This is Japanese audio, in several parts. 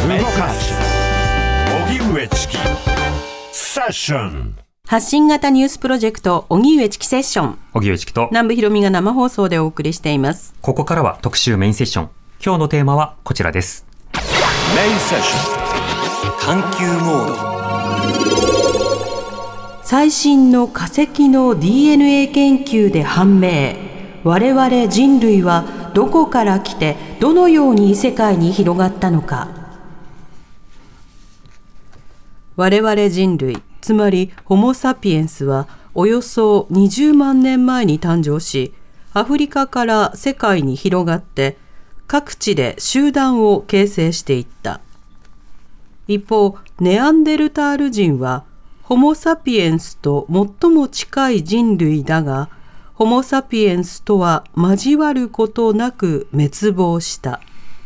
動かす荻上チキセッション。 発信型ニュースプロジェクト荻上チキセッション。 荻上チキと南部ひろみが生放送でお送りしています。 ここからは特集メインセッション。今日のテーマはこちらです。 メインセッション探求モード。 最新の化石の DNA 研究で判明。我々人類はどこから来てどのように異世界に広がったのか。我々人類、つまりホモ・サピエンスはおよそ20万年前に誕生し、アフリカから世界に広がって各地で集団を形成していった。一方、ネアンデルタール人はホモ・サピエンスと最も近い人類だが、ホモ・サピエンスとは交わることなく滅亡した。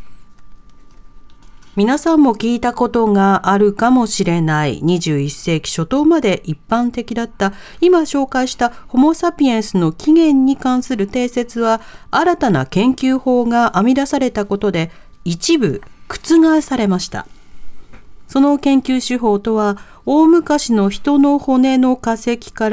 皆さんも聞いたことがあるかもしれない21世紀初頭まで一般的だった今紹介したホモ・サピエンスの起源に関する定説は、新たな研究法が編み出されたことで一部覆されました。その研究手法とは、大昔の人の骨の化石から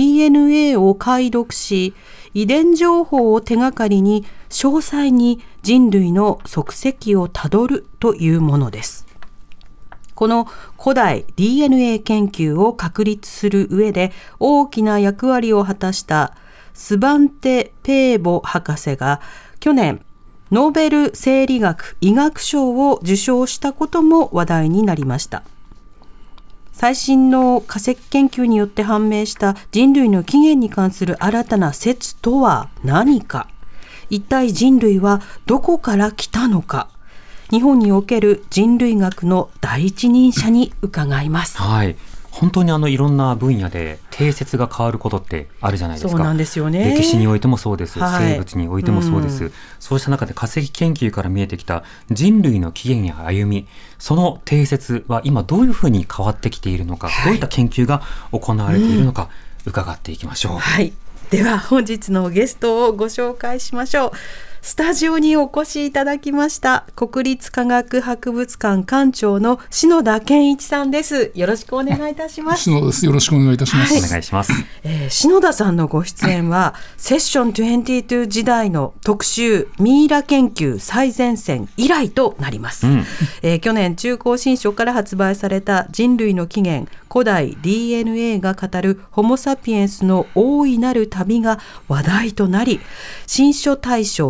DNA を解読し、遺伝情報を手がかりに詳細に人類の足跡をたどるというものです。この古代 DNA 研究を確立する上で大きな役割を果たしたスバンテ・ペーボ博士が去年ノーベル生理学・医学賞を受賞したことも話題になりました。最新の化石研究によって判明した人類の起源に関する新たな説とは何か。一体人類はどこから来たのか。日本における人類学の第一人者に伺います。 はい。本当にいろんな分野で定説が変わることってあるじゃないですか。 そうなんですよね。 歴史においてもそうです、 はい、 生物においてもそうです、そうした中で化石研究から見えてきた人類の起源や歩み、その定説は今どういうふうに変わってきているのか、どういった研究が行われているのか、伺っていきましょう。 はい、では本日のゲストをご紹介しましょう。スタジオにお越しいただきました国立科学博物館館長の篠田健一さんです。よろしくお願いいたします。 篠田です。よろしくお願いいたします。 お願いします。 篠田さんのご出演はセッション22時代の特集ミイラ研究最前線以来となります、去年中高新書から発売された人類の起源古代 DNA が語るホモ・サピエンスの大いなる旅が話題となり、新書大賞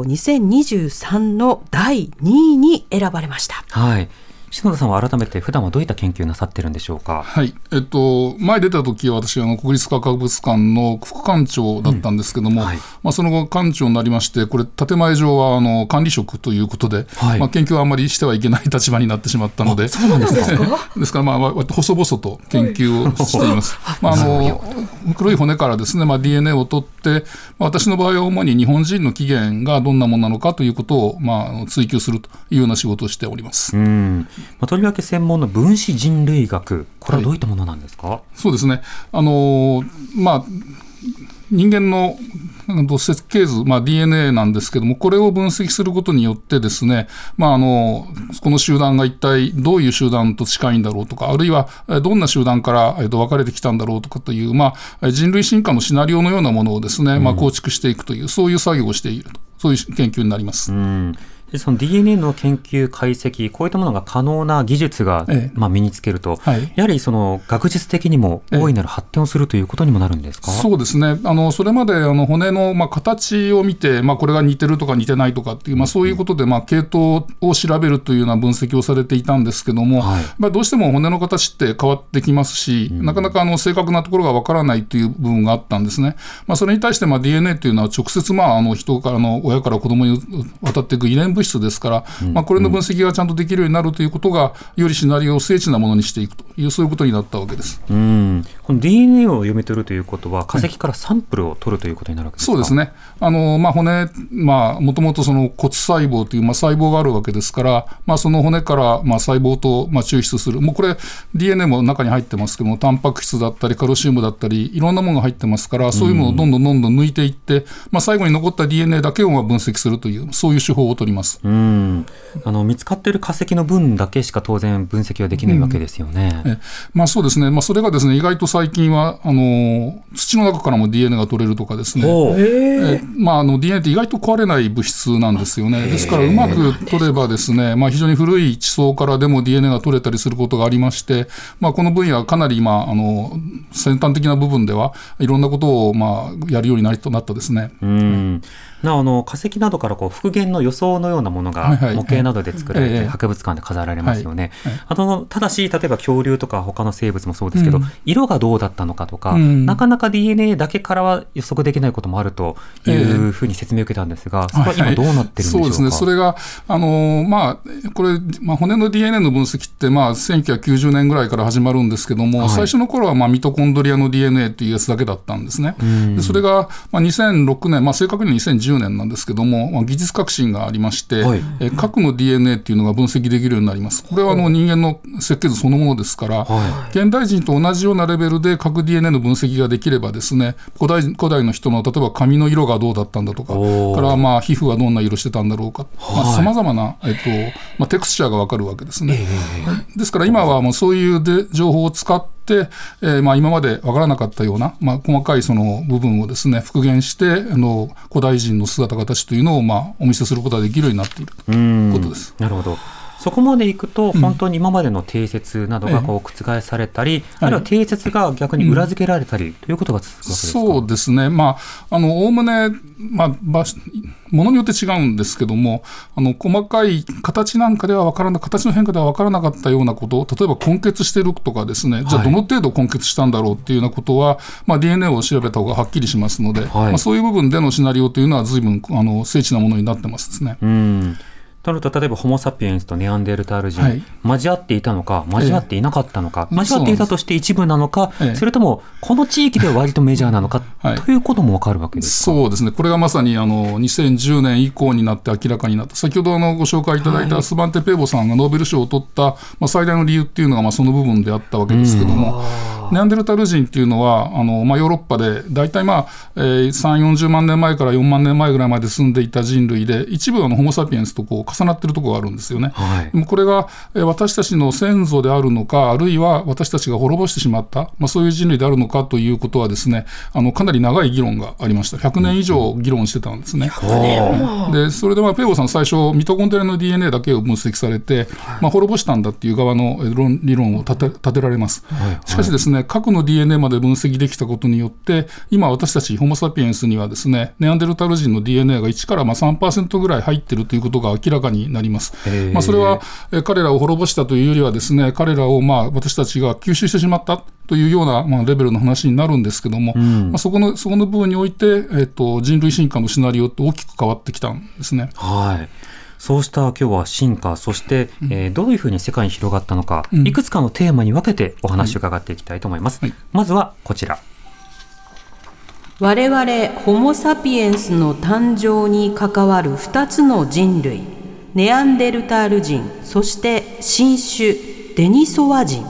2023の第2位に選ばれました。 はい。篠田さんは改めて普段はどういった研究なさってるんでしょうか。 はい。前出た時は私国立科学博物館の副館長だったんですけども、はい、その後館長になりまして、これ建前上は管理職ということで、はい、研究はあんまりしてはいけない立場になってしまったので、 そうなんですか。 ですから細々と研究をしています。黒い骨からですね、DNA を取って、私の場合は主に日本人の起源がどんなものなのかということを、追求するというような仕事をしております。 とりわけ専門の分子人類学、これはどういったものなんですか。 そうですね。人間の設計図、DNA なんですけども、これを分析することによってですね、この集団が一体どういう集団と近いんだろうとか、あるいはどんな集団から分かれてきたんだろうとかという、人類進化のシナリオのようなものをですね、構築していくという、そういう作業をしていると、そういう研究になります。 でその DNA の研究解析、こういったものが可能な技術が、身につけると、やはりその学術的にも大いなる発展をするということにもなるんですか。 そうですね。それまで骨の形を見て、これが似てるとか似てないとかっていう、そういうことで系統を調べるというような分析をされていたんですけども、どうしても骨の形って変わってきますし、なかなか正確なところがわからないという部分があったんですね。それに対してDNA というのは直接人から親から子供に渡っていく遺伝物質ですから、これの分析がちゃんとできるようになるということが、よりシナリオを精緻なものにしていくという、そういうことになったわけです。 この DNA を読み取るということは、化石からサンプルを取るということになるわけですか。 そうですね。骨、もともとその骨細胞という、細胞があるわけですから、その骨から細胞と抽出する、もうこれ DNA も中に入ってますけども、タンパク質だったりカルシウムだったりいろんなものが入ってますから、そういうものをどんどん抜いていって、最後に残った DNA だけを分析するという、そういう手法を取ります。 。 見つかっている化石の分だけしか当然分析はできないわけですよね。 そうですね、それがですね、意外と最近は土の中からも DNA が取れるとかですね、DNA って意外と壊れない物質なんですよね。ですからうまく取ればですね、非常に古い地層からでも DNA が取れたりすることがありまして、この分野はかなり先端的な部分ではいろんなことをやるようになったですね。 化石などから復元の予想のようなものが模型などで作られて博物館で飾られますよね。ただし例えば恐竜とか他の生物もそうですけど、色がどうだったのかとか、なかなか DNA だけからは予測できないこともあるというふうに説明を受けたんですが、それは今どうなってるんでしょうか。 そうですね、それがこれ、骨の DNA の分析って1990年ぐらいから始まるんですけども、最初の頃はミトコンドリアの DNA っていうやつだけだったんですね。でそれが2006年、正確に2010年なんですけども、技術革新がありまして、核の DNA っていうのが分析できるようになります。これは人間の設計図そのものですから、現代人と同じようなレベルで核 DNA の分析ができればですね、古代の人の例えば髪の色がどうだったんだとか、から皮膚はどんな色してたんだろうか、さまざまな、テクスチャーが分かるわけですね。ですから今はもうそういう情報を使って今まで分からなかったような、細かいその部分をですね復元して古代人の姿形というのをお見せすることができるようになっているということです。 なるほど。そこまでいくと本当に今までの定説などが覆されたり、あるいは定説が逆に裏付けられたりということが続くわけですか。 そうですね、おおむね、ものによって違うんですけども、細かい形なんかでは形の変化では分からなかったようなこと、例えば混血してるとかですね、じゃあどの程度混血したんだろうっていうようなことは、DNA を調べた方がはっきりしますので、そういう部分でのシナリオというのは随分精緻なものになってますですね。 となると例えばホモ・サピエンスとネアンデルタール人、交わっていたのか交わっていなかったのか、交わっていたとして一部なのか、それともこの地域では割とメジャーなのか、ということも分かるわけですか。 そうですね、これがまさに2010年以降になって明らかになった。先ほどご紹介いただいたスバンテ・ペーボさんがノーベル賞を取った、最大の理由っていうのがその部分であったわけですけども、ネアンデルタール人っていうのはヨーロッパで大体3、40万年前から4万年前ぐらいまで住んでいた人類で、一部ホモ・サピエンスと重なっているところがあるんですよね。でもこれが私たちの先祖であるのか、あるいは私たちが滅ぼしてしまった、そういう人類であるのかということはですね、かなり長い議論がありました。100年以上議論してたんですね。でそれでペーボさん最初ミトコンドリアの DNA だけを分析されて、滅ぼしたんだっていう側の理論を立てられます。しかしですね、核の DNA まで分析できたことによって、今私たちホモ・サピエンスにはですね、ネアンデルタール人の DNA が1から 3% ぐらい入っているということが明らかになります。それは彼らを滅ぼしたというよりはですね、彼らを私たちが吸収してしまったというようなレベルの話になるんですけども、そこの部分において、人類進化のシナリオって大きく変わってきたんですね。 そうした今日は進化、そして、どういうふうに世界に広がったのか、いくつかのテーマに分けてお話を伺っていきたいと思います。まずはこちら。 我々ホモ・サピエンスの誕生に関わる2つの人類、ネアンデルタール人、そして新種デニソワ人。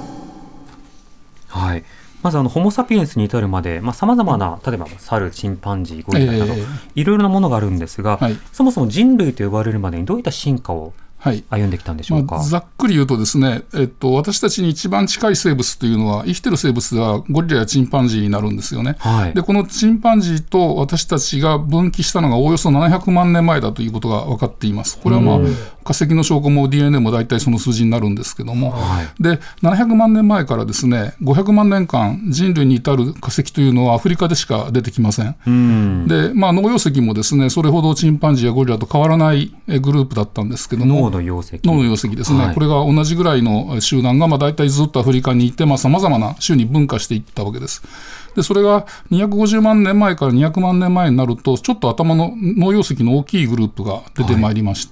まずホモ・サピエンスに至るまでさまざまな、例えば猿、チンパンジー、ゴリラなど、いろいろなものがあるんですが、そもそも人類と呼ばれるまでにどういった進化を歩んできたんでしょうか。 ざっくり言うとですね、私たちに一番近い生物というのは、生きてる生物ではゴリラやチンパンジーになるんですよね。でこのチンパンジーと私たちが分岐したのがおおよそ700万年前だということが分かっています。これは化石の証拠も DNA も大体その数字になるんですけども、で700万年前からですね500万年間人類に至る化石というのはアフリカでしか出てきません。で、農用石もですねそれほどチンパンジーやゴリラと変わらないグループだったんですけども、 脳の溶石ですね、これが同じぐらいの集団が大体ずっとアフリカにいてさまざまな種に分化していったわけです。でそれが250万年前から200万年前になるとちょっと頭の脳溶石の大きいグループが出てまいりまして、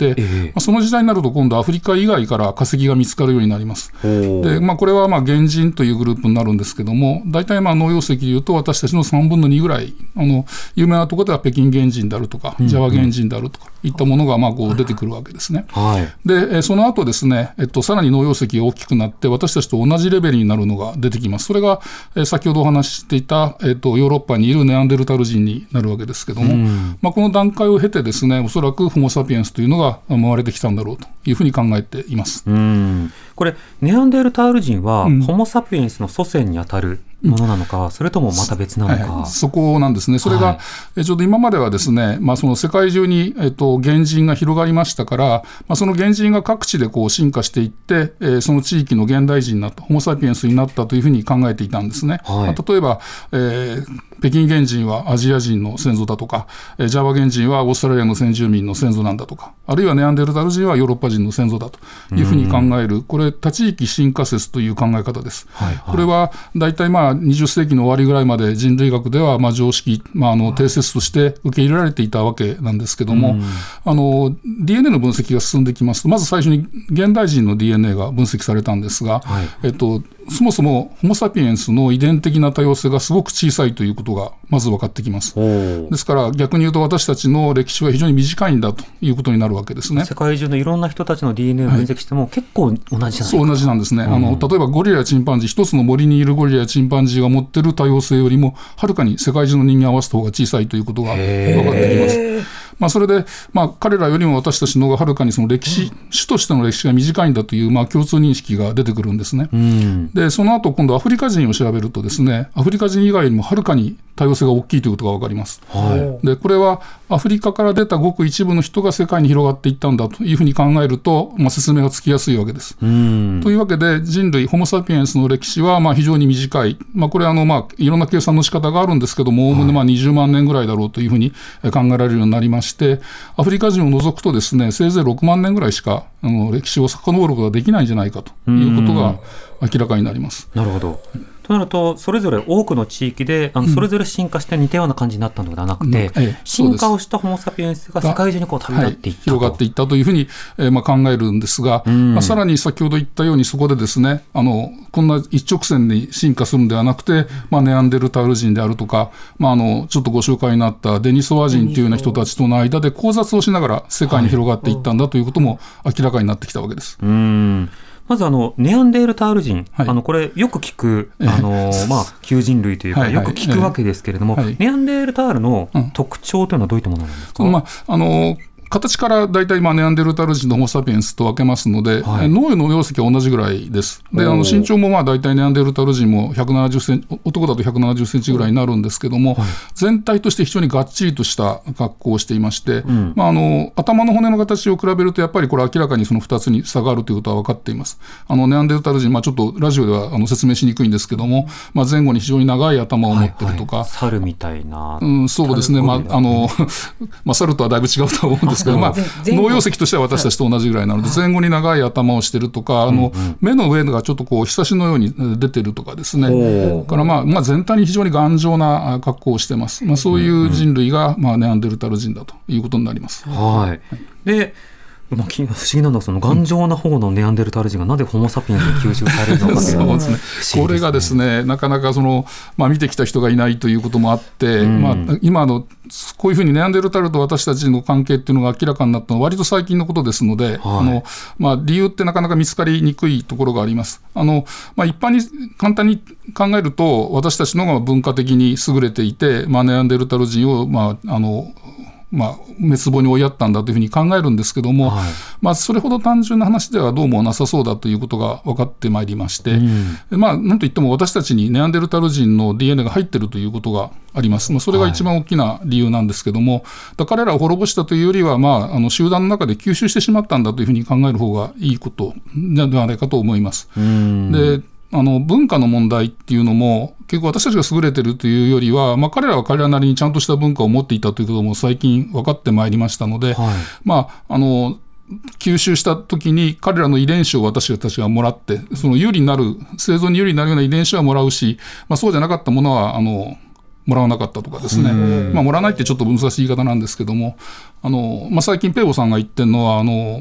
その時代になると今度アフリカ以外から化石が見つかるようになります。で、これは原人というグループになるんですけども、大体脳溶石でいうと私たちの3分の2ぐらい有名なところでは北京原人であるとか、ジャワ原人であるとかいったものがこう出てくるわけですね。でその後ですね、さらに脳溶石が大きくなって私たちと同じレベルになるのが出てきます。それが先ほどお話ししていたた、ヨーロッパにいるネアンデルタル人になるわけですけども、この段階を経てですね、おそらくホモ・サピエンスというのが生まれてきたんだろうというふうに考えています。 これネアンデルタール人は、ホモ・サピエンスの祖先にあたるものなのか、それともまた別なのか。 そこなんですね。それが、ちょうど今まではですね、その世界中に、原人が広がりましたから、その原人が各地でこう進化していって、その地域の現代人になった、ホモ・サピエンスになったというふうに考えていたんですね。例えば、北京原人はアジア人の先祖だとか、ジャワ原人はオーストラリアの先住民の先祖なんだとか、あるいはネアンデルタル人はヨーロッパ人の先祖だというふうに考える、これ多地域進化説という考え方です。これは大体20世紀の終わりぐらいまで人類学では常識、定説として受け入れられていたわけなんですけども、DNA の分析が進んできますと、まず最初に現代人の DNA が分析されたんですが、そもそもホモ・サピエンスの遺伝的な多様性がすごく小さいということがまず分かってきます。ですから逆に言うと私たちの歴史は非常に短いんだということになるわけですね。 世界中のいろんな人たちの DNA を分析しても結構同じじゃないか。 そう同じなんですね。例えばゴリラやチンパンジー、一つの森にいるゴリラやチンパンジーが持っている多様性よりもはるかに世界中の人間を合わせた方が小さいということが分かってきます。それで、彼らよりも私たちの方がはるかにその歴史、種としての歴史が短いんだという、共通認識が出てくるんですね。で、その後今度アフリカ人を調べるとですね、アフリカ人以外にもはるかに多様性が大きいということが分かります。で、これはアフリカから出たごく一部の人が世界に広がっていったんだというふうに考えると、説明がつきやすいわけです。というわけで人類ホモ・サピエンスの歴史は非常に短い。これいろんな計算の仕方があるんですけども、おおむね20万年ぐらいだろうというふうに考えられるようになりまして、アフリカ人を除くとですね、せいぜい6万年ぐらいしか歴史を遡ることができないんじゃないかということが明らかになります。 なるほど。となるとそれぞれ多くの地域でそれぞれ進化して似たような感じになったのではなくて、進化をしたホモ・サピエンスが世界中に旅立っていったと、 広がっていったというふうに、考えるんですが、さらに先ほど言ったようにそこでですね、こんな一直線に進化するのではなくて、ネアンデルタール人であるとか、ちょっとご紹介になったデニソワ人というような人たちとの間で交雑をしながら世界に広がっていったんだということも明らかになってきたわけです。 まずネアンデルタール人、これよく聞く旧人類というかよく聞くわけですけれども、ネアンデルタールの特徴というのはどういったものなんですか？ 形から大体ネアンデルタール人のホモ・サピエンスと分けますので、脳の容積は同じぐらいです。で、身長も大体ネアンデルタール人も170センチ、男だと170センチぐらいになるんですけども、全体として非常にがっちりとした格好をしていまして、頭の骨の形を比べるとやっぱりこれ明らかにその2つに差があるということは分かっています。ネアンデルタール人、ちょっとラジオでは説明しにくいんですけども、前後に非常に長い頭を持っているとか、 猿みたいな、 そうですね、猿とはだいぶ違うとは思うんですけど、脳容積としては私たちと同じぐらいなので、前後に長い頭をしているとか、目の上がちょっとこうひさしのように出てるとかですね、から全体に非常に頑丈な格好をしています。そういう人類がネアンデルタール人だということになります。 で不思議なのはその頑丈な方のネアンデルタール人がなぜホモ・サピエンスに吸収されるのかというそうですね。これがですね、なかなか見てきた人がいないということもあって、今こういうふうにネアンデルタールと私たちの関係っていうのが明らかになったのは割と最近のことですので、理由ってなかなか見つかりにくいところがあります。一般に簡単に考えると私たちの方が文化的に優れていて、ネアンデルタール人を滅亡に追いやったんだというふうに考えるんですけども、それほど単純な話ではどうもなさそうだということが分かってまいりまして、なんといっても私たちにネアンデルタール人の DNA が入っているということがあります。それが一番大きな理由なんですけども、彼らを滅ぼしたというよりは、集団の中で吸収してしまったんだというふうに考える方がいいことではないかと思います。で、文化の問題っていうのも結構私たちが優れてるというよりは、彼らは彼らなりにちゃんとした文化を持っていたということも最近分かってまいりましたので、吸収した時に彼らの遺伝子を私たちがもらって、その有利になる、生存に有利になるような遺伝子はもらうし、そうじゃなかったものはもらわなかったとかですね、もらわないってちょっと難しい言い方なんですけども、最近ペーボさんが言ってるのは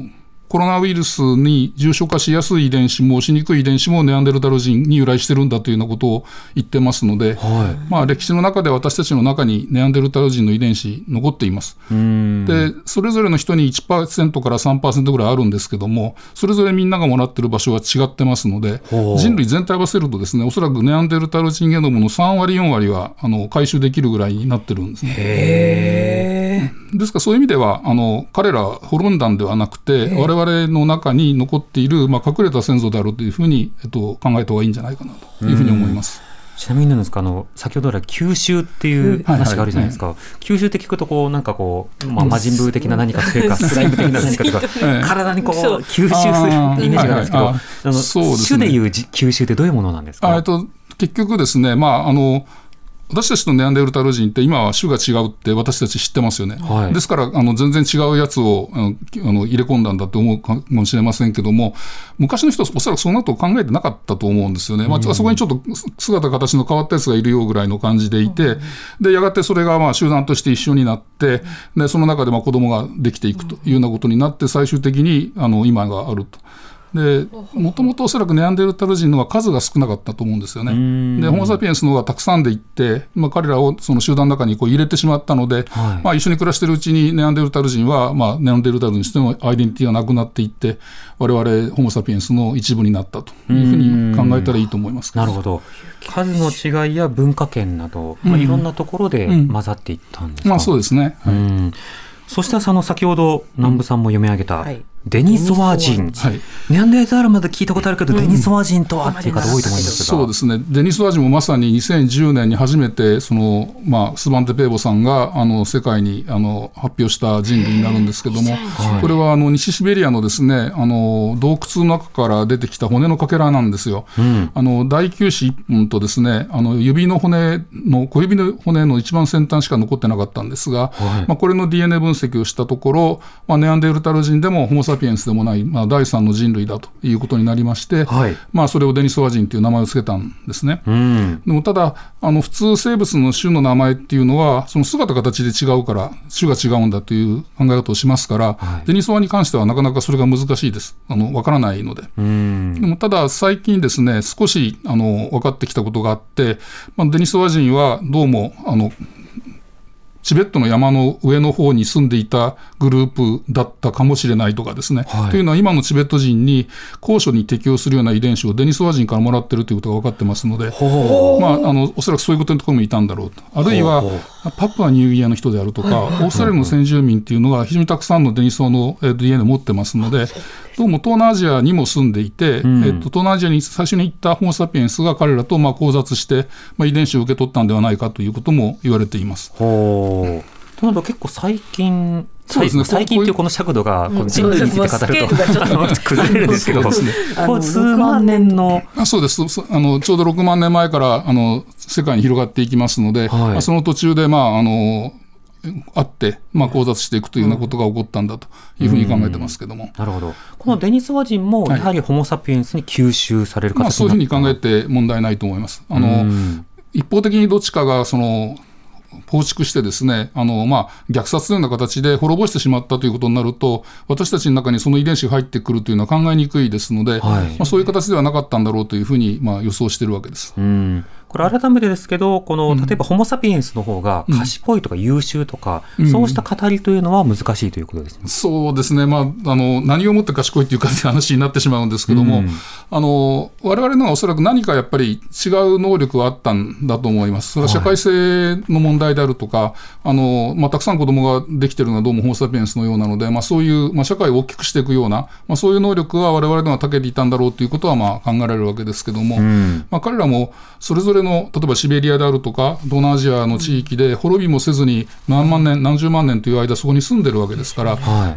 コロナウイルスに重症化しやすい遺伝子もしにくい遺伝子もネアンデルタル人に由来してるんだというようなことを言ってますので、歴史の中で私たちの中にネアンデルタル人の遺伝子残っています。でそれぞれの人に 1% から 3% ぐらいあるんですけども、それぞれみんながもらってる場所は違ってますので、人類全体合わせるとですね、おそらくネアンデルタル人ゲノムの3割4割は回収できるぐらいになってるんですね。ですからそういう意味では彼らは滅んだんではなくて、我々の中に残っている、隠れた先祖であるというふうに、考えた方がいいんじゃないかなというふうに思います。 ちなみになんですか、先ほどから吸収っていう話があるじゃないですか。吸収って聞くとなんか魔人ブー的な何かというかスライム的な何かというか体に吸収するイメージがあるんですけど、種でいう吸収ってどういうものなんですか？ 結局ですね、私たちとネアンデルタル人って今は種が違うって私たち知ってますよね。ですから全然違うやつを入れ込んだんだと思うかもしれませんけども、昔の人はおそらくそんなことを考えてなかったと思うんですよね。そこにちょっと姿形の変わったやつがいるよぐらいの感じでいて、でやがてそれが集団として一緒になって、でその中で子供ができていくというようなことになって、最終的に今があると。でもともとおそらくネアンデルタル人の方が数が少なかったと思うんですよね。でホモサピエンスの方がたくさんでいって、彼らをその集団の中に入れてしまったので、一緒に暮らしているうちにネアンデルタル人は、ネアンデルタル人にしてもアイデンティティがなくなっていって、我々ホモサピエンスの一部になったというふうに考えたらいいと思います。 なるほど。数の違いや文化圏など、いろんなところで混ざっていったんですか？ そうですね。 そして先ほど南部さんも読み上げた、デニソワ人、ネアンデルタールまで聞いたことあるけど、デニソワ人とはっていう方多いと思いますが、 そうですね。デニソワ人もまさに2010年に初めてスバンテ・ペーボさんが世界に発表した人類になるんですけども、これは西シベリアのですね洞窟の中から出てきた骨のかけらなんですよ。大臼歯1本とですね指の骨の小指の骨の一番先端しか残ってなかったんですが、これの DNA 分析をしたところ、ネアンデルタル人でもホモサピエンスでもない、第三の人類だということになりまして、それをデニソワ人という名前を付けたんですね。でもただ普通生物の種の名前っていうのはその姿形で違うから種が違うんだという考え方をしますから、デニソワに関してはなかなかそれが難しいです。わからないので。でもただ最近ですね少し分かってきたことがあって、デニソワ人はどうもチベットの山の上の方に住んでいたグループだったかもしれないとかですね、というのは今のチベット人に高所に適応するような遺伝子をデニソワ人からもらっているということが分かってますので、おそらくそういうことのところもいたんだろうと。あるいはパプアニューギニアの人であるとか、オーストラリアの先住民というのが非常にたくさんのデニソワの DNA を持ってますので、どうも東南アジアにも住んでいて、東南アジアに最初に行ったホモサピエンスが彼らと交雑して、遺伝子を受け取ったんではないかということも言われています。 となると結構最近最近というこの尺度が人類について語ると崩れるんですけど、数万年のそうです。ちょうど6万年前から世界に広がっていきますので、その途中であって、交雑していくというようなことが起こったんだというふうに考えてますけども。 なるほど。このデニソワ人もやはりホモサピエンスに吸収される形になった、 そういうふうに考えて問題ないと思います。一方的にどっちかが構築してですね虐殺のような形で滅ぼしてしまったということになると、私たちの中にその遺伝子が入ってくるというのは考えにくいですので、そういう形ではなかったんだろうというふうに予想しているわけです。 これ改めてですけど、例えばホモサピエンスの方が賢いとか優秀とか、そうした語りというのは難しいということですね。 そうですね。何をもって賢いというかという話になってしまうんですけども、我々のはおそらく何かやっぱり違う能力があったんだと思います。それは社会性の問題であるとか、たくさん子供ができているのはどうもホモサピエンスのようなので、そういう、社会を大きくしていくような、そういう能力は我々のは長けていたんだろうということは考えられるわけですけども、彼らもそれぞれの例えばシベリアであるとか東南アジアの地域で滅びもせずに何万年何十万年という間そこに住んでるわけですから、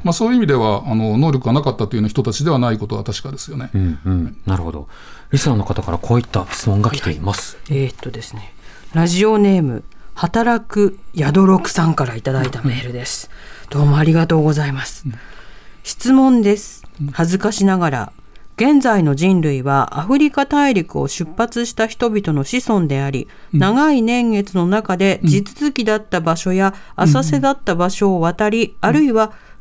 そういう意味では能力がなかったというような人たちではないことは確かですよね。 なるほど。リスナーの方からこういった質問が来ています。 ですね、ラジオネーム働く宿六さんからいただいたメールです。どうもありがとうございます。質問です。恥ずかしながら、現在の人類はアフリカ大陸を出発した人々の子孫であり、長い年月の中で地続きだった場所や浅瀬だった場所を渡り、あるいは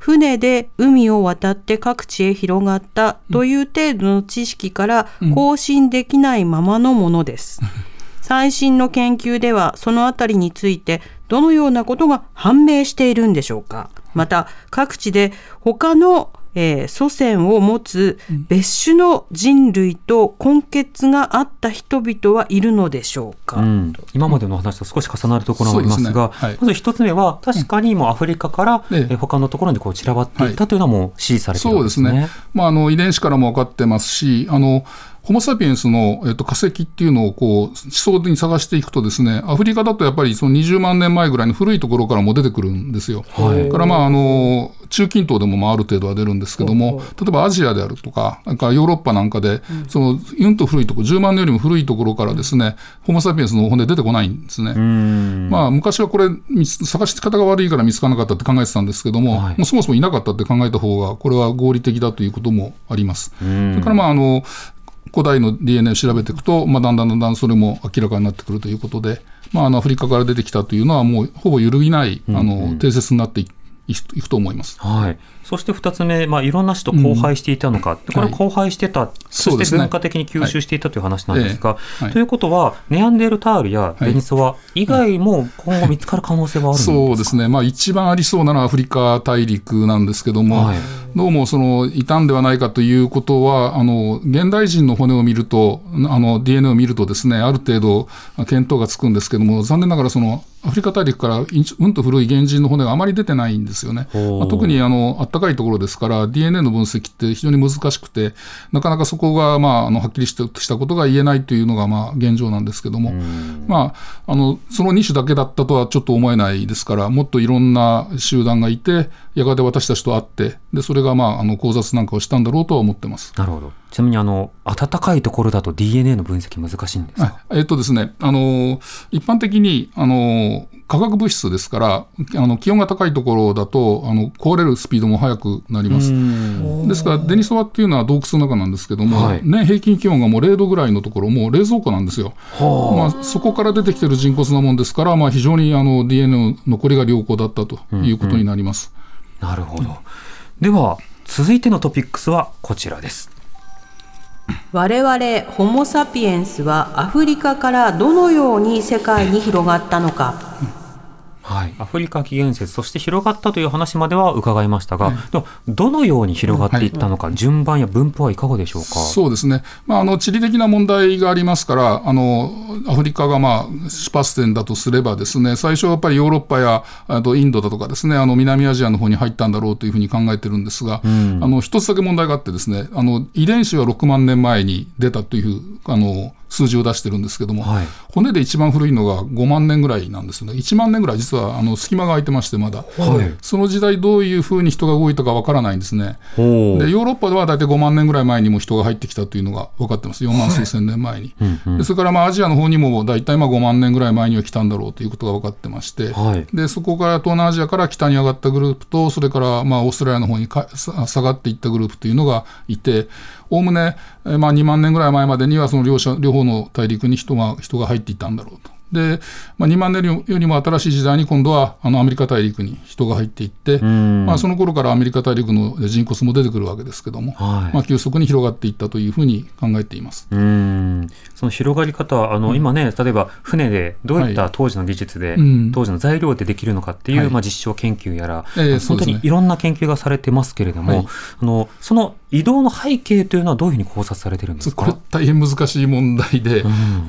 船で海を渡って各地へ広がったという程度の知識から更新できないままのものです。最新の研究ではそのあたりについてどのようなことが判明しているんでしょうか。また各地で他の祖先を持つ別種の人類と根血があった人々はいるのでしょうか。 今までの話と少し重なるところがありますが、まず一つ目は確かにもうアフリカから他のところにこう散らばっていったというのはもう支持されているんですね。 そうですね。遺伝子からも分かってますし、ホモ・サピエンスの、化石っていうのをこう地層に探していくとですね、アフリカだとやっぱりその20万年前ぐらいの古いところからも出てくるんですよ。から中近東でもある程度は出るんですけども、例えばアジアであるとか、ヨーロッパなんかで、そのと古いところ、10万年よりも古いところからですね、ホモ・サピエンスの骨出てこないんですね。昔はこれ探し方が悪いから見つからなかったって考えてたんですけども、もうそもそもいなかったって考えた方がこれは合理的だということもあります。それから古代の DNA を調べていくと、だんだんそれも明らかになってくるということで、アフリカから出てきたというのはもうほぼ揺るぎない定説になっていくと思います。 そして2つ目、いろんな種と交配していたのか、これ交配してた、そして文化的に吸収していたという話なんですが、ということはネアンデルタールやデニソワ以外も今後見つかる可能性はあるんですか。 そうですね、一番ありそうなのはアフリカ大陸なんですけども、どうもいたんではないかということは、現代人の骨を見ると、DNA を見るとですね、ある程度見当がつくんですけども、残念ながらアフリカ大陸からと古い原人の骨があまり出てないんですよね。特にあったかいところですから DNA の分析って非常に難しくて、なかなかそこがはっきりしたことが言えないというのが現状なんですけども、その2種だけだったとはちょっと思えないですから、もっといろんな集団がいて、やがて私たちと会って、でそれが考察なんかをしたんだろうとは思ってます。 なるほど。ちなみに暖かいところだと DNA の分析難しいんですか。 ですね、一般的に化学物質ですから、気温が高いところだと壊れるスピードも速くなります。ですからデニソワっていうのは洞窟の中なんですけども、年平均気温がもう0度ぐらいのところ、もう冷蔵庫なんですよ。そこから出てきてる人骨なもんですから、非常にDNA の残りが良好だったということになります。 なるほど。では続いてのトピックスはこちらです。 我々ホモ・サピエンスはアフリカからどのように世界に広がったのか。 アフリカ起源説、そして広がったという話までは伺いましたが、でもどのように広がっていったのか、順番や分布はいかがでしょうか。 そうですね、地理的な問題がありますから、アフリカが出発点だとすればですね、最初はやっぱりヨーロッパやインドだとかですね、南アジアの方に入ったんだろうというふうに考えてるんですが、一つだけ問題があってですね、遺伝子は6万年前に出たという数字を出してるんですけども、骨で一番古いのが5万年ぐらいなんですよね。1万年ぐらい実は隙間が空いてまして、まだ、その時代どういうふうに人が動いたかわからないんですね。でヨーロッパでは大体5万年ぐらい前にも人が入ってきたというのが分かってます。4万数千年前に。でそれからアジアの方にも大体5万年ぐらい前には来たんだろうということが分かってまして、でそこから東南アジアから北に上がったグループと、それからオーストラリアの方に下がっていったグループというのがいて、おおむね、2万年ぐらい前までにはその両方の大陸に人が入っていったんだろうと。で、2万年よりも新しい時代に今度はアメリカ大陸に人が入っていって、その頃からアメリカ大陸の人骨も出てくるわけですけども、急速に広がっていったというふうに考えています。 その広がり方は今ね、例えば船でどういった当時の技術で、当時の材料でできるのかっていう、実証研究やら、本当にいろんな研究がされてますけれども、その移動の背景というのはどういうふうに考察されてるんですか。 これ大変難しい問題で、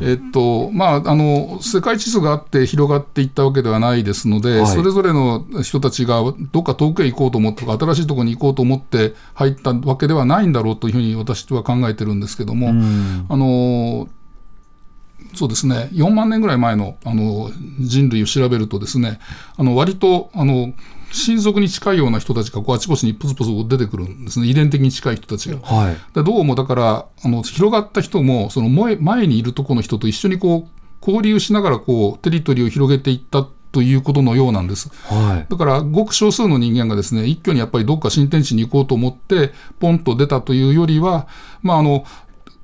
世界地図があって広がっていったわけではないですので、それぞれの人たちがどっか遠くへ行こうと思ってとか、新しいところに行こうと思って入ったわけではないんだろうというふうに私は考えてるんですけども、そうですね、4万年ぐらい前の人類を調べるとですね、割と親族に近いような人たちがあちこちにポツポツ出てくるんですね、遺伝的に近い人たちが。でどうもだから広がった人もその前にいるところの人と一緒に交流しながらテリトリーを広げていったということのようなんです。だからごく少数の人間がですね、一挙にやっぱりどっか新天地に行こうと思ってポンと出たというよりは、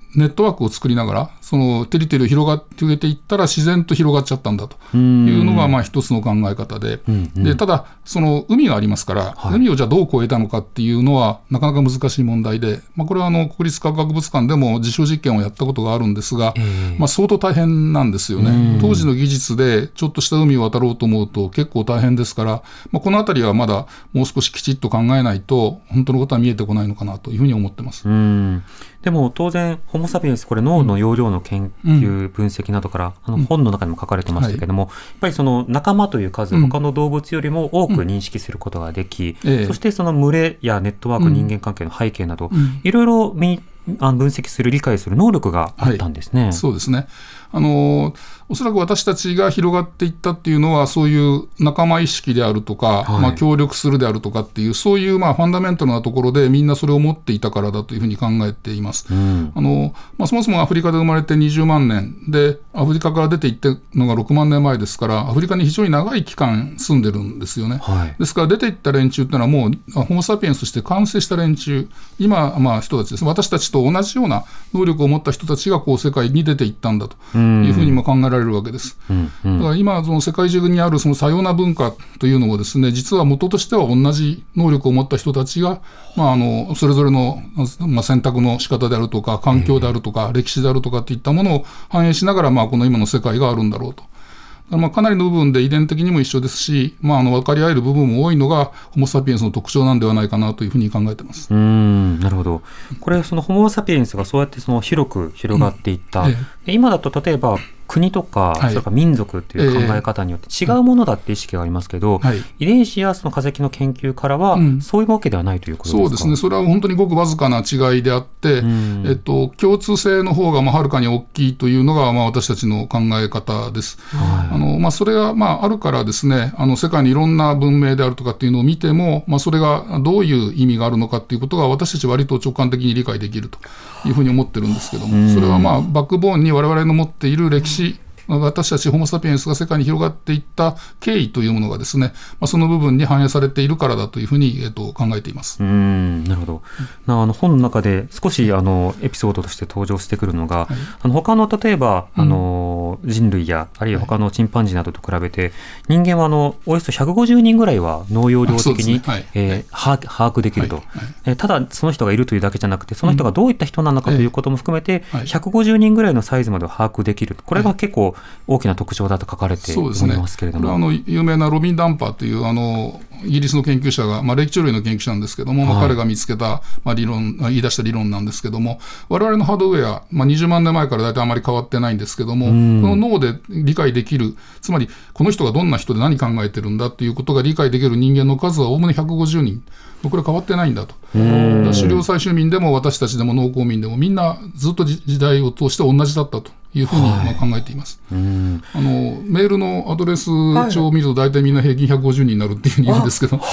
ネットワークを作りながら、そのテリトリーを広げていったら自然と広がっちゃったんだというのがまあ一つの考え方で、でただその海がありますから、海をじゃあどう越えたのかっていうのはなかなか難しい問題で、これは国立科学博物館でも実証実験をやったことがあるんですが、相当大変なんですよね。当時の技術でちょっとした海を渡ろうと思うと結構大変ですから、このあたりはまだもう少しきちっと考えないと本当のことは見えてこないのかなというふうに思ってます。 でも当然ホモ・サピエンス、これ脳の容量の研究、分析などから本の中にも書かれてましたけども、やっぱりその仲間という数、他の動物よりも多く認識することができ、そしてその群れやネットワーク、人間関係の背景など、いろいろ分析する、理解する能力があったんですね。 そうですね。おそらく私たちが広がっていったっていうのは、そういう仲間意識であるとか、協力するであるとかっていう、そういうファンダメンタルなところでみんなそれを持っていたからだというふうに考えています。そもそもアフリカで生まれて20万年で、アフリカから出ていったのが6万年前ですから、アフリカに非常に長い期間住んでるんですよね。ですから出ていった連中っていうのはもうホモ・サピエンスとして完成した連中、今、人たちです。私たちと同じような能力を持った人たちがこう世界に出ていったんだというふうにも考えられるわけです。だから今その世界中にあるその多様な文化というのをですね、実は元としては同じ能力を持った人たちが、それぞれの、選択の仕方であるとか環境であるとか、歴史であるとかっていったものを反映しながら、この今の世界があるんだろうと。かなりの部分で遺伝的にも一緒ですし、分かり合える部分も多いのがホモ・サピエンスの特徴なんではないかなというふうに考えています。 なるほど。これそのホモ・サピエンスがそうやってその広く広がっていった、今だと例えば国とか、それから民族っていう考え方によって違うものだって意識がありますけど、遺伝子やその化石の研究からは、そういうわけではないということですか？ そうですね。それは本当にごくわずかな違いであって、共通性の方がはるかに大きいというのが私たちの考え方です。それがあるからですね、世界にいろんな文明であるとかっていうのを見ても、それがどういう意味があるのかっていうことが私たち割と直感的に理解できるというふうに思ってるんですけども、それはバックボーンに我々の持っている歴史、私たちホモ・サピエンスが世界に広がっていった経緯というものがですね、その部分に反映されているからだというふうに、考えています。 なるほど。本の中で少しエピソードとして登場してくるのが、他の例えば人類やあるいは他のチンパンジーなどと比べて、人間はおよそ150人ぐらいは脳容量的に把握できると。ただその人がいるというだけじゃなくて、その人がどういった人なのかということも含めて、150人ぐらいのサイズまで把握できる。これが結構大きな特徴だと書かれておりますけれども、 これは有名なロビン・ダンパーというイギリスの研究者が、霊長類の研究者なんですけども、彼が見つけた、言い出した理論なんですけども、我々のハードウェア、20万年前から大体あまり変わってないんですけども、この脳で理解できる、つまりこの人がどんな人で何考えてるんだということが理解できる人間の数はおおむね150人、これ変わってないんだと。狩猟採集民でも私たちでも農耕民でもみんなずっと時代を通して同じだったというふうに考えています。メールのアドレス帳を見ると大体みんな平均150人になるっていうふうに言うんですけど、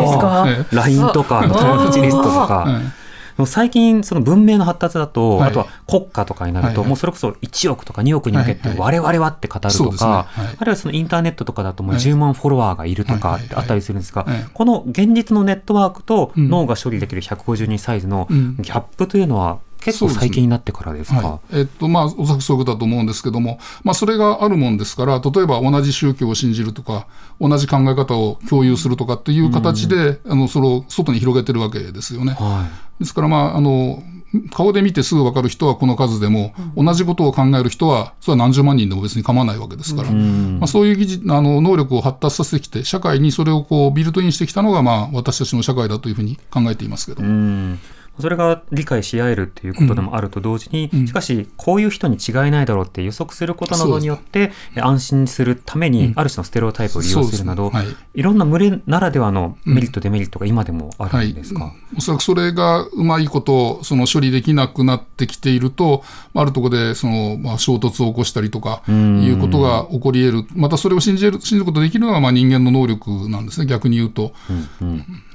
LINE とか友達リストとか、最近その文明の発達だと、あとは国家とかになると、もうそれこそ1億とか2億に向けて我々はって語るとか、あるいはそのインターネットとかだともう10万フォロワーがいるとかってあったりするんですが、この現実のネットワークと脳が処理できる150人サイズのギャップというのは結構最近になってからですか？ おそらくそういうことだと思うんですけども、それがあるもんですから、例えば同じ宗教を信じるとか同じ考え方を共有するとかっていう形で、それを外に広げてるわけですよね。ですから顔で見てすぐ分かる人はこの数でも、同じことを考える人はそれは何十万人でも別に構わないわけですから、そういう能力を発達させてきて、社会にそれをビルトインしてきたのが、私たちの社会だというふうに考えていますけど。 それが理解し合えるということでもあると同時に、しかしこういう人に違いないだろうって予測することなどによって安心するために、ある種のステレオタイプを利用するなど、いろんな群れならではのメリット、デメリットが今でもあるんですか？ おそらくそれがうまいこと処理できなくなってきていると、あるところで衝突を起こしたりとかいうことが起こり得る。またそれを信じることができるのが人間の能力なんですね、逆に言うと。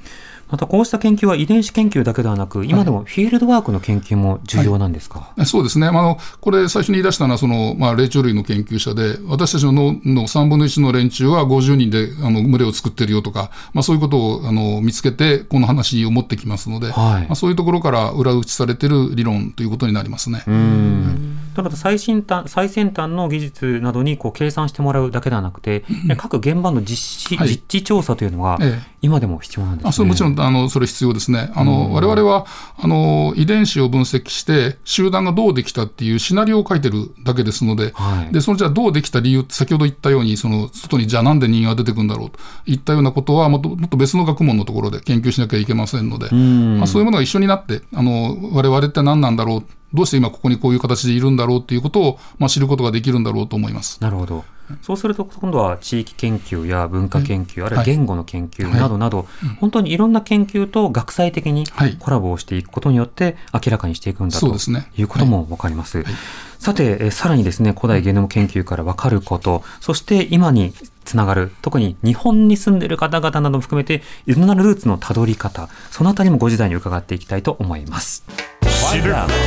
またこうした研究は遺伝子研究だけではなく、今でもフィールドワークの研究も重要なんですか？ そうですね。これ最初に言い出したのは霊長類の研究者で、私たちの脳の3分の1の連中は50人で群れを作ってるよとか、そういうことを見つけてこの話を持ってきますので、そういうところから裏打ちされている理論ということになりますね。 だから最先端の技術などに計算してもらうだけではなくて、各現場の実地調査というのが今でも必要なんですね。 それもちろんそれ必要ですね。我々は遺伝子を分析して集団がどうできたっていうシナリオを書いてるだけですので、そのじゃあどうできた理由って先ほど言ったように外にじゃあなんで人間が出てくるんだろうといったようなことはもっと別の学問のところで研究しなきゃいけませんので、そういうものが一緒になって我々って何なんだろう、どうして今ここにこういう形でいるんだろうということを、知ることができるんだろうと思います。 なるほど。そうすると今度は地域研究や文化研究、あるいは言語の研究などなど、本当にいろんな研究と学際的にコラボをしていくことによって明らかにしていくんだということも分かります。さて、さらにですね、古代ゲノム研究から分かること、そして今につながる、特に日本に住んでいる方々なども含めていろんなルーツのたどり方、そのあたりもご時代に伺っていきたいと思います。 知る、若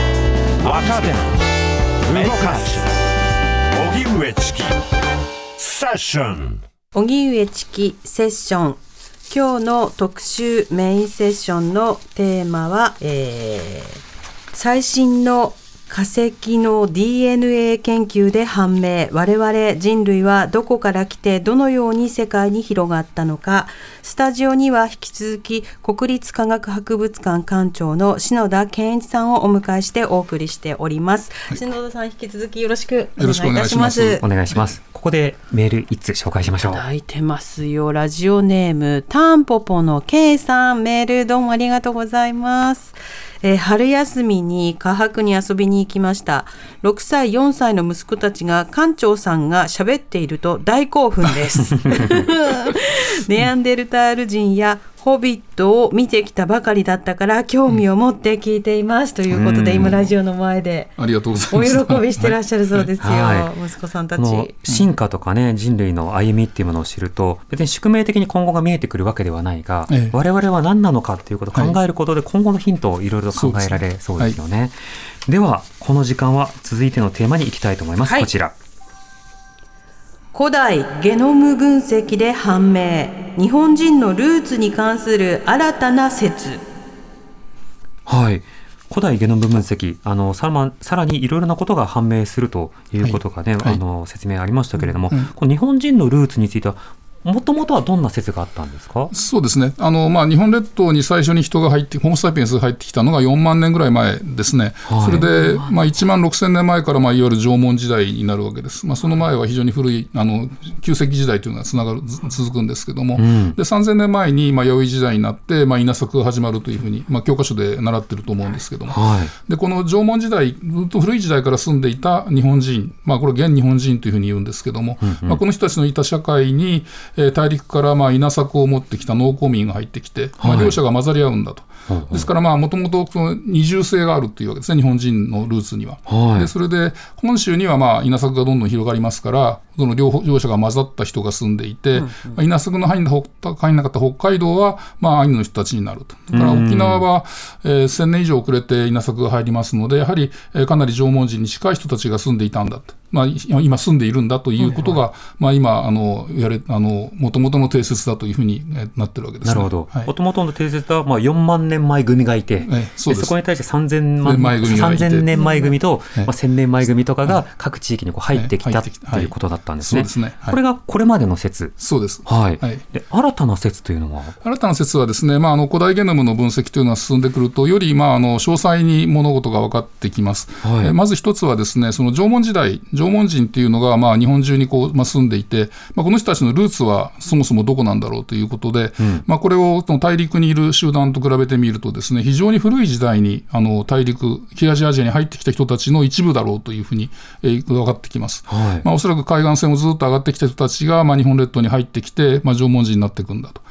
手、動かす、荻上チキセッション。 荻上チキセッション。今日の特集メインセッションのテーマは、最新の化石の DNA 研究で判明、我々人類はどこから来てどのように世界に広がったのか。スタジオには引き続き国立科学博物館館長の篠田健一さんをお迎えしてお送りしております。篠田さん、引き続きよろしくお願いいたします。 お願いします。ここでメール1つ紹介しましょう。 いてますよ。ラジオネームタンポポの K さん、メールどうもありがとうございます。春休みに科博に遊びに行きました。6歳4歳の息子たちが館長さんが喋っていると大興奮ですネアンデルタール人やホビットを見てきたばかりだったから興味を持って聞いています、ということで、今ラジオの前でありがとうございます。 お喜びしてらっしゃるそうですよ、息子さんたち。 進化とかね、人類の歩みっていうものを知ると、別に宿命的に今後が見えてくるわけではないが、我々は何なのかっていうことを考えることで、今後のヒントをいろいろ考えられそうですよね。ではこの時間は続いてのテーマに行きたいと思います。こちら、 古代ゲノム分析で判明、日本人のルーツに関する新たな説。 古代ゲノム分析、さらにいろいろなことが判明するということがね、説明ありましたけれども、この日本人のルーツについてはもともとはどんな説があったんですか？ そうですね。日本列島に最初に人が入って、ホモ・サピエンスが入ってきたのが4万年ぐらい前ですね。それで、1万6000年前からいわゆる縄文時代になるわけです。その前は非常に古い旧石器時代というのが続くんですけども、で3000年前に弥生時代になって、稲作が始まるというふうに、教科書で習ってると思うんですけども、でこの縄文時代、ずっと古い時代から住んでいた日本人、これ現日本人というふうに言うんですけども、この人たちのいた社会に大陸から稲作を持ってきた農耕民が入ってきて、両者が混ざり合うんだと。ですからもともと二重性があるというわけですね、日本人のルーツには。でそれで本州には稲作がどんどん広がりますから、その両者が混ざった人が住んでいて、稲作の入んなかった北海道はアイヌの人たちになると。だから沖縄は、1000年以上遅れて稲作が入りますので、やはり、かなり縄文人に近い人たちが住んでいたんだと。今住んでいるんだということが、今もともとの定説だというふうになってるわけですね。 なるほど。もともとの定説は4万年前組がいて、そこに対して3000年前組と、1000年前組とかが各地域に入ってきたということだったんですね。これがこれまでの説。 そうです。 で新たな説というのは、 新たな説はですね、古代ゲノムの分析というのは進んでくると、より詳細に物事が分かってきます。まず一つはですね、その縄文時代、縄文人っていうのが日本中に住んでいて、この人たちのルーツはそもそもどこなんだろうということで、これを大陸にいる集団と比べてみるとですね、非常に古い時代に大陸、東アジアに入ってきた人たちの一部だろうというふうに分かってきます。おそらく海岸線をずっと上がってきた人たちが日本列島に入ってきて、縄文人になっていくんだと。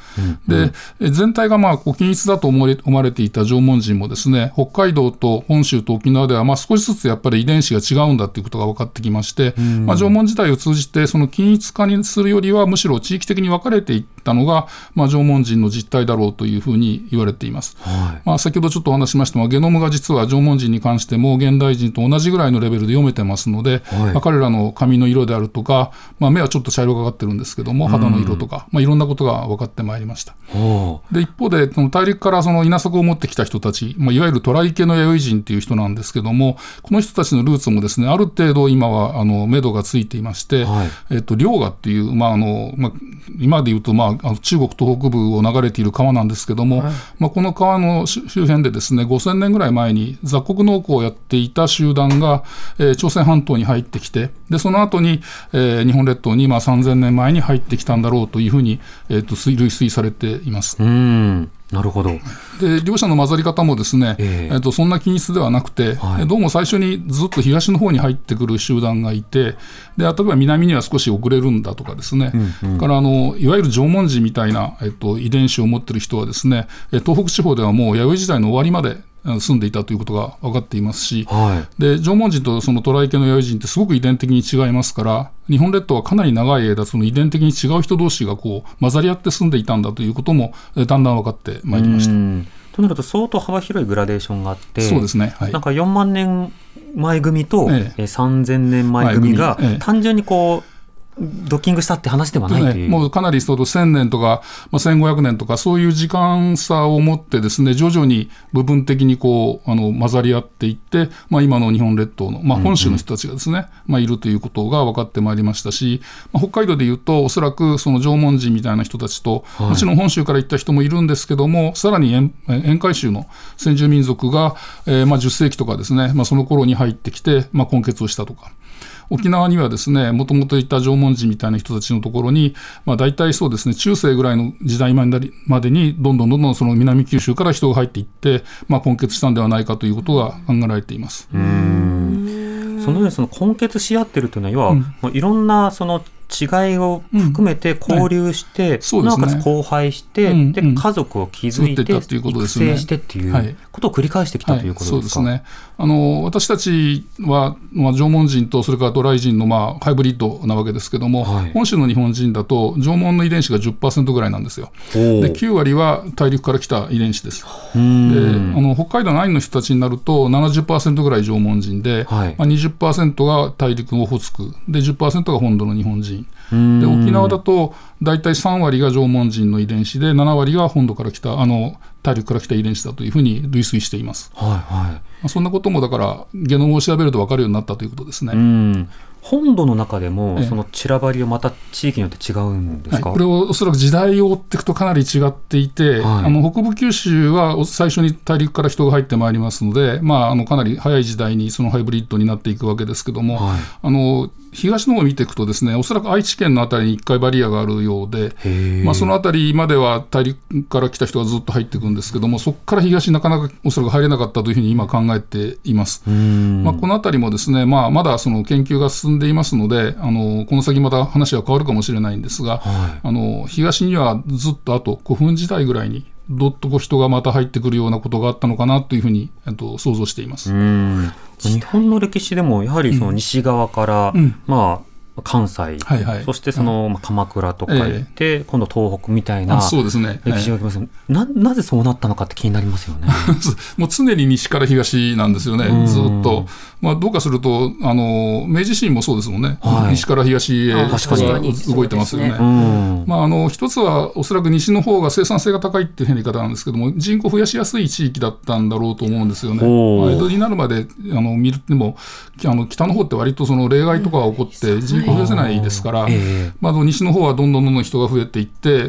で全体がこう均一だと思われていた縄文人もですね、北海道と本州と沖縄では少しずつやっぱり遺伝子が違うんだということが分かってきまして、縄文時代を通じてその均一化にするよりはむしろ地域的に分かれていったのが、縄文人の実態だろうというふうに言われています。先ほどちょっとお話ししましたが、ゲノムが実は縄文人に関しても現代人と同じぐらいのレベルで読めてますので、彼らの髪の色であるとか、目はちょっと茶色がかってるんですけども、肌の色とか、いろんなことが分かってまいりました。で一方でその大陸からその稲作を持ってきた人たち、いわゆるトライ系の弥生人という人なんですけども、この人たちのルーツもですね、ある程度今は目処がついていまして、遼河っていう、今でいうと、中国東北部を流れている川なんですけども、この川の周辺でですね、5000年ぐらい前に雑穀農耕をやっていた集団が、朝鮮半島に入ってきて、でその後に、日本列島に3000年前に入ってきたんだろうというふうに、類推されています。 なるほど。 で両者の混ざり方もですね、そんな均一ではなくて、どうも最初にずっと東の方に入ってくる集団がいて、で例えば南には少し遅れるんだとかですね、からいわゆる縄文人みたいな、遺伝子を持っている人はですね、東北地方ではもう弥生時代の終わりまで住んでいたということが分かっていますし、で縄文人とそのトライ系の弥生人ってすごく遺伝的に違いますから、日本列島はかなり長い間その遺伝的に違う人同士がこう混ざり合って住んでいたんだということもだんだん分かってまいりました。 となると相当幅広いグラデーションがあって、 そうですね、 なんか4万年前組と、3000年前組が単純にこうドッキングしたって話ではないという、 もうかなり1000年とか、1500年とかそういう時間差を持ってですね、徐々に部分的にこう混ざり合っていって、今の日本列島の、本州の人たちがですね、いるということが分かってまいりましたし、北海道でいうとおそらくその縄文人みたいな人たちと、もちろん本州から行った人もいるんですけども、さらに沿海州の先住民族が、10世紀とかですね、その頃に入ってきて、根血をしたとか。沖縄にはですね、もともといた縄文人みたいな人たちのところに、大体そうですね、中世ぐらいの時代までにどんどんその南九州から人が入っていって、根血したんではないかということが考えられています。 そのようにその根血し合ってるというのは、いろんなその違いを含めて交流して、なおかつ交配して、で家族を築いて育成してっていうことを繰り返してきたということですか。 そうですね。私たちは、縄文人とそれから渡来人のハイブリッドなわけですけども、本州の日本人だと縄文の遺伝子が 10% ぐらいなんですよ。で9割は大陸から来た遺伝子です。で北海道のアイヌの人たちになると 70% ぐらい縄文人で、20% が大陸のオホーツクで 10% が本土の日本人で、沖縄だと大体3割が縄文人の遺伝子で7割が本土から来た大陸から来た遺伝子だというふうに類推しています。そんなこともだからゲノムを調べると分かるようになったということですね。 本土の中でもその散らばりはまた地域によって違うんですか。 これをおそらく時代を追っていくとかなり違っていて、北部九州は最初に大陸から人が入ってまいりますので、かなり早い時代にそのハイブリッドになっていくわけですけども、東の方を見ていくとですね、おそらく愛知県のあたりに1回バリアがあるようで、そのあたりまでは大陸から来た人がずっと入っていくんですけども、そこから東になかなかおそらく入れなかったというふうに今考えています。このあたりもですね、まだその研究が進んでいますので、この先また話は変わるかもしれないんですが、東にはずっとあと古墳時代ぐらいにどっと人がまた入ってくるようなことがあったのかなというふうに想像しています。 日本の歴史でもやはりその西側から、関西、そしてその鎌倉とか行って、今度東北みたいな歴史があります。なぜそうなったのかって気になりますよね。 もう常に西から東なんですよね、ずっと。どうかすると明治維新もそうですもんね、西から東へ動いてますよね。一つはおそらく西の方が生産性が高いっていう言い方なんですけども、人口を増やしやすい地域だったんだろうと思うんですよね。江戸になるまで見ても北の方って割とその例外とかが起こって人口増やせないですから、西の方はどんどん人が増えていって、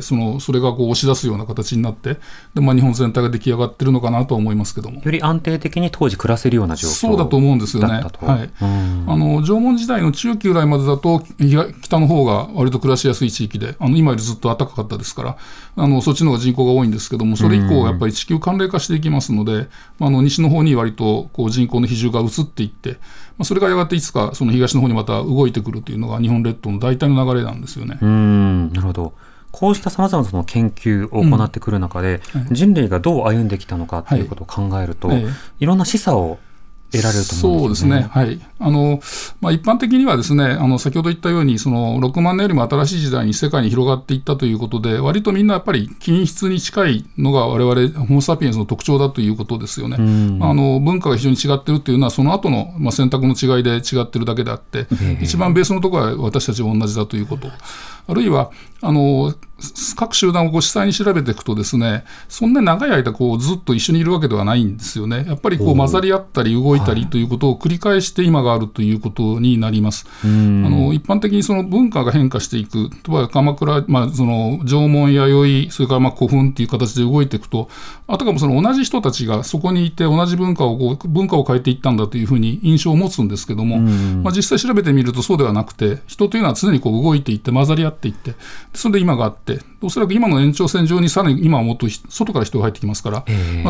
それがこう押し出すような形になって、で、日本全体が出来上がってるのかなとは思いますけども、 より安定的に当時暮らせるような状況そうだと思うんですよね。縄文時代の中期ぐらいまでだと北の方が割と暮らしやすい地域で、今よりずっと暖かかったですから、そっちの方が人口が多いんですけども、それ以降やっぱり地球寒冷化していきますので、西の方に割とこう人口の比重が移っていって、それがやがていつかその東の方にまた動いてくるというのが日本列島の大体の流れなんですよね。 なるほど。 こうしたさまざまなその研究を行ってくる中で、人類がどう歩んできたのかということを考えると、いろんな示唆を得られると思うんですよね。 そうですね。はい。一般的にはですね、先ほど言ったように、その6万年よりも新しい時代に世界に広がっていったということで、割とみんなやっぱり均質に近いのが我々ホモ・サピエンスの特徴だということですよね。文化が非常に違っているというのは、その後の選択の違いで違っているだけであって、一番ベースのところは私たちは同じだということ。あるいは各集団を実際に調べていくとですね、そんな長い間ずっと一緒にいるわけではないんですよね。やっぱり混ざり合ったり動いたりということを繰り返して今があるということになります。一般的にその文化が変化していく、例えば鎌倉、その縄文弥生、それから古墳という形で動いていくと、あたかもその同じ人たちがそこにいて同じ文化を変えていったんだというふうに印象を持つんですけども、実際調べてみるとそうではなくて、人というのは常に動いていって混ざり合っていって、それで今があって、おそらく今の延長線上にさらに今はもっと外から人が入ってきますから、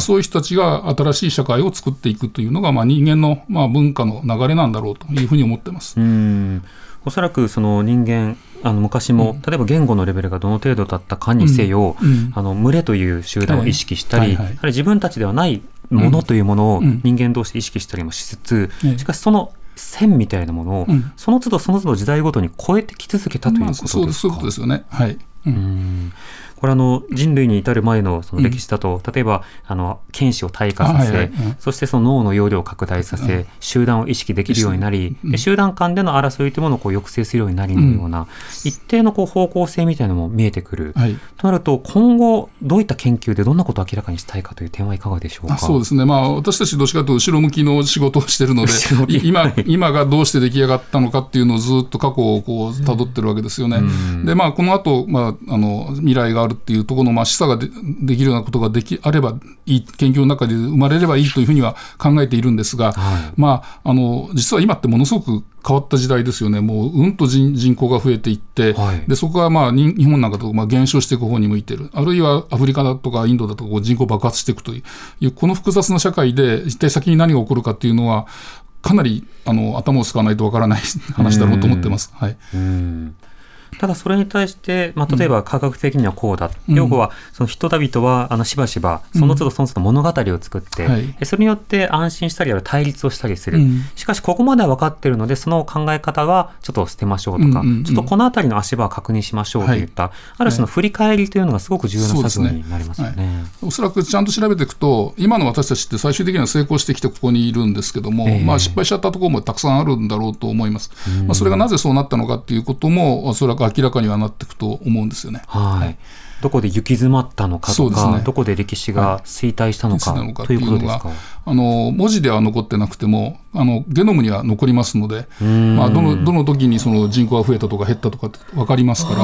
そういう人たちが新しい社会を作っていくというのが、人間の文化の流れなんだろうというふうに思っています。 おそらくその人間昔も、例えば言語のレベルがどの程度だったかにせよ、群れという集団を意識したり、自分たちではないものというものを人間同士で意識したりもしつつ、しかしその線みたいなものを、その都度その都度時代ごとに超えてき続けたということですか。 そういうことですよね。はい。 これ人類に至る前のその歴史だと、例えば剣士を退化させ、そしてその脳の容量を拡大させ、集団を意識できるようになり、集団間での争いというものを抑制するようになりのような、一定の方向性みたいなのも見えてくる、となると今後どういった研究でどんなことを明らかにしたいかという点はいかがでしょうか。 そうですね。私たちどっちかというと後ろ向きの仕事をしているので今がどうして出来上がったのかっていうのをずっと過去を辿ってるわけですよね。でこの後、未来があるっていうところの示唆が できるようなことがあればいい、研究の中で生まれればいいというふうには考えているんですが、実は今ってものすごく変わった時代ですよね。もうと人口が増えていって、でそこが日本なんかと減少していく方に向いている、あるいはアフリカだとかインドだとか人口爆発していくというこの複雑な社会で一体先に何が起こるかっていうのはかなり頭を使わないとわからない話だろうと思ってます。 ただそれに対して、例えば科学的にはこうだ、要はその人々はしばしばその都度その都度物語を作って、それによって安心したりある対立をしたりする、しかしここまでは分かっているのでその考え方はちょっと捨てましょうとか、ちょっとこのあたりの足場を確認しましょうといった、ある種の振り返りというのがすごく重要な作業になりますよね。 おそらくちゃんと調べていくと今の私たちって最終的には成功してきてここにいるんですけども、失敗しちゃったところもたくさんあるんだろうと思います。それがなぜそうなったのかということもおそらく明らかにはなっていくと思うんですよね。 どこで行き詰まったのかとか、どこで歴史が衰退したのか、ということですか。 文字では残ってなくてもゲノムには残りますので、どの時にその人口が増えたとか減ったとかって分かりますから、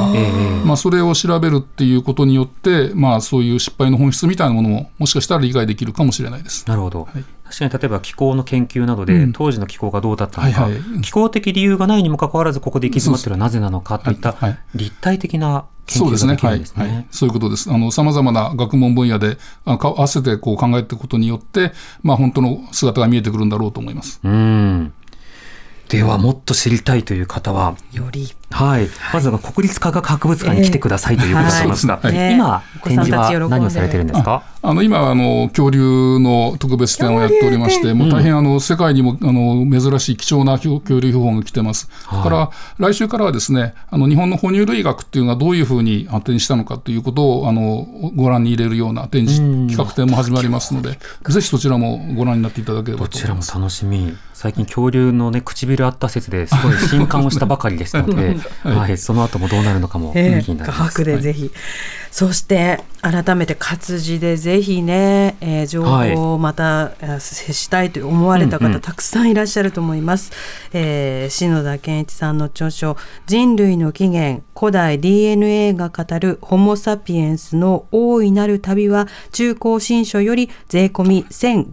それを調べるっていうことによって、そういう失敗の本質みたいなものももしかしたら理解できるかもしれないです。 なるほど。確かに例えば気候の研究などで、当時の気候がどうだったのか、気候的理由がないにもかかわらずここで行き詰まっているのはなぜなのかといった立体的な研究ができるんですね。 そういうことです。さまざまな学問分野で合わせて考えていくことによって、本当の姿が見えてくるんだろうと思います。 ではもっと知りたいという方はより、 まずは国立科学博物館に来てくださいということになりますが、今展示は何をされてるんですか。 今は恐竜の特別展をやっておりまして、もう大変世界にも珍しい貴重な恐竜標本が来てます。から来週からはですね、日本の哺乳類学っていうのがどういうふうに発展したのかということをご覧に入れるような展示企画展も始まりますので、ぜひそちらもご覧になっていただければと思います。 どちらも楽しみ。最近恐竜の唇あった説ですごい震撼をしたばかりですのでその後もどうなるのかも気になります。 科学でぜひ、そして改めて活字でぜひね、情報をまた接したいと思われた方、たくさんいらっしゃると思います。篠田健一さんの著書人類の起源古代 DNA が語るホモ・サピエンスの大いなる旅は中高新書より税込み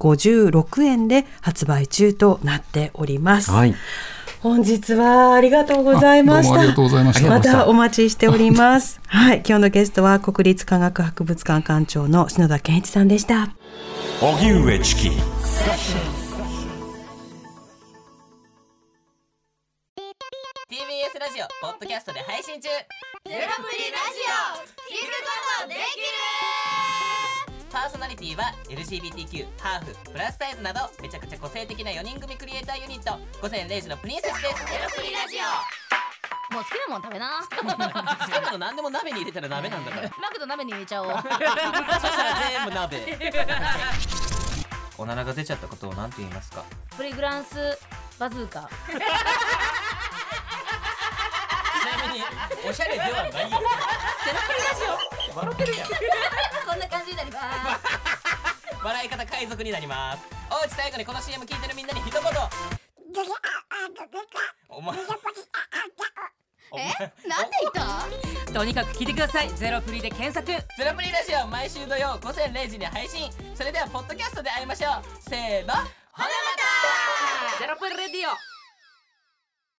1056円で発売中となっております。本日はありがとうございました。 どうもありがとうございました。 またお待ちしております。今日のゲストは国立科学博物館館長の篠田健一さんでした。 荻上チキ TBS ラジオポッドキャストで配信中。 ゼロプリラジオ聞くことできる。 パーソナリティは LGBTQ、ハーフ、プラスサイズなどめちゃくちゃ個性的な4人組クリエイターユニット午前0時のプリンセスです。 ゼロプリラジオもう好きなもん食べな。 好きなの何でも鍋に入れたら鍋なんだからマクド鍋に入れちゃおう。 そしたら全部鍋。おならが出ちゃったことを何て言いますか？ プリグランスバズーカ。 ちなみにおしゃれではないよ。ゼロプリラジオ笑ってるやん。 こんな感じになります。 笑い方海賊になります。おうち最後にこの CM 聞いてるみんなに一言。お前なんで言った？とにかく聞いてください。ゼロプリで検索。 ゼロプリラジオ毎週土曜午前0時に配信。それではポッドキャストで会いましょう。せーの、ほなまた。 ゼロプリレディオ。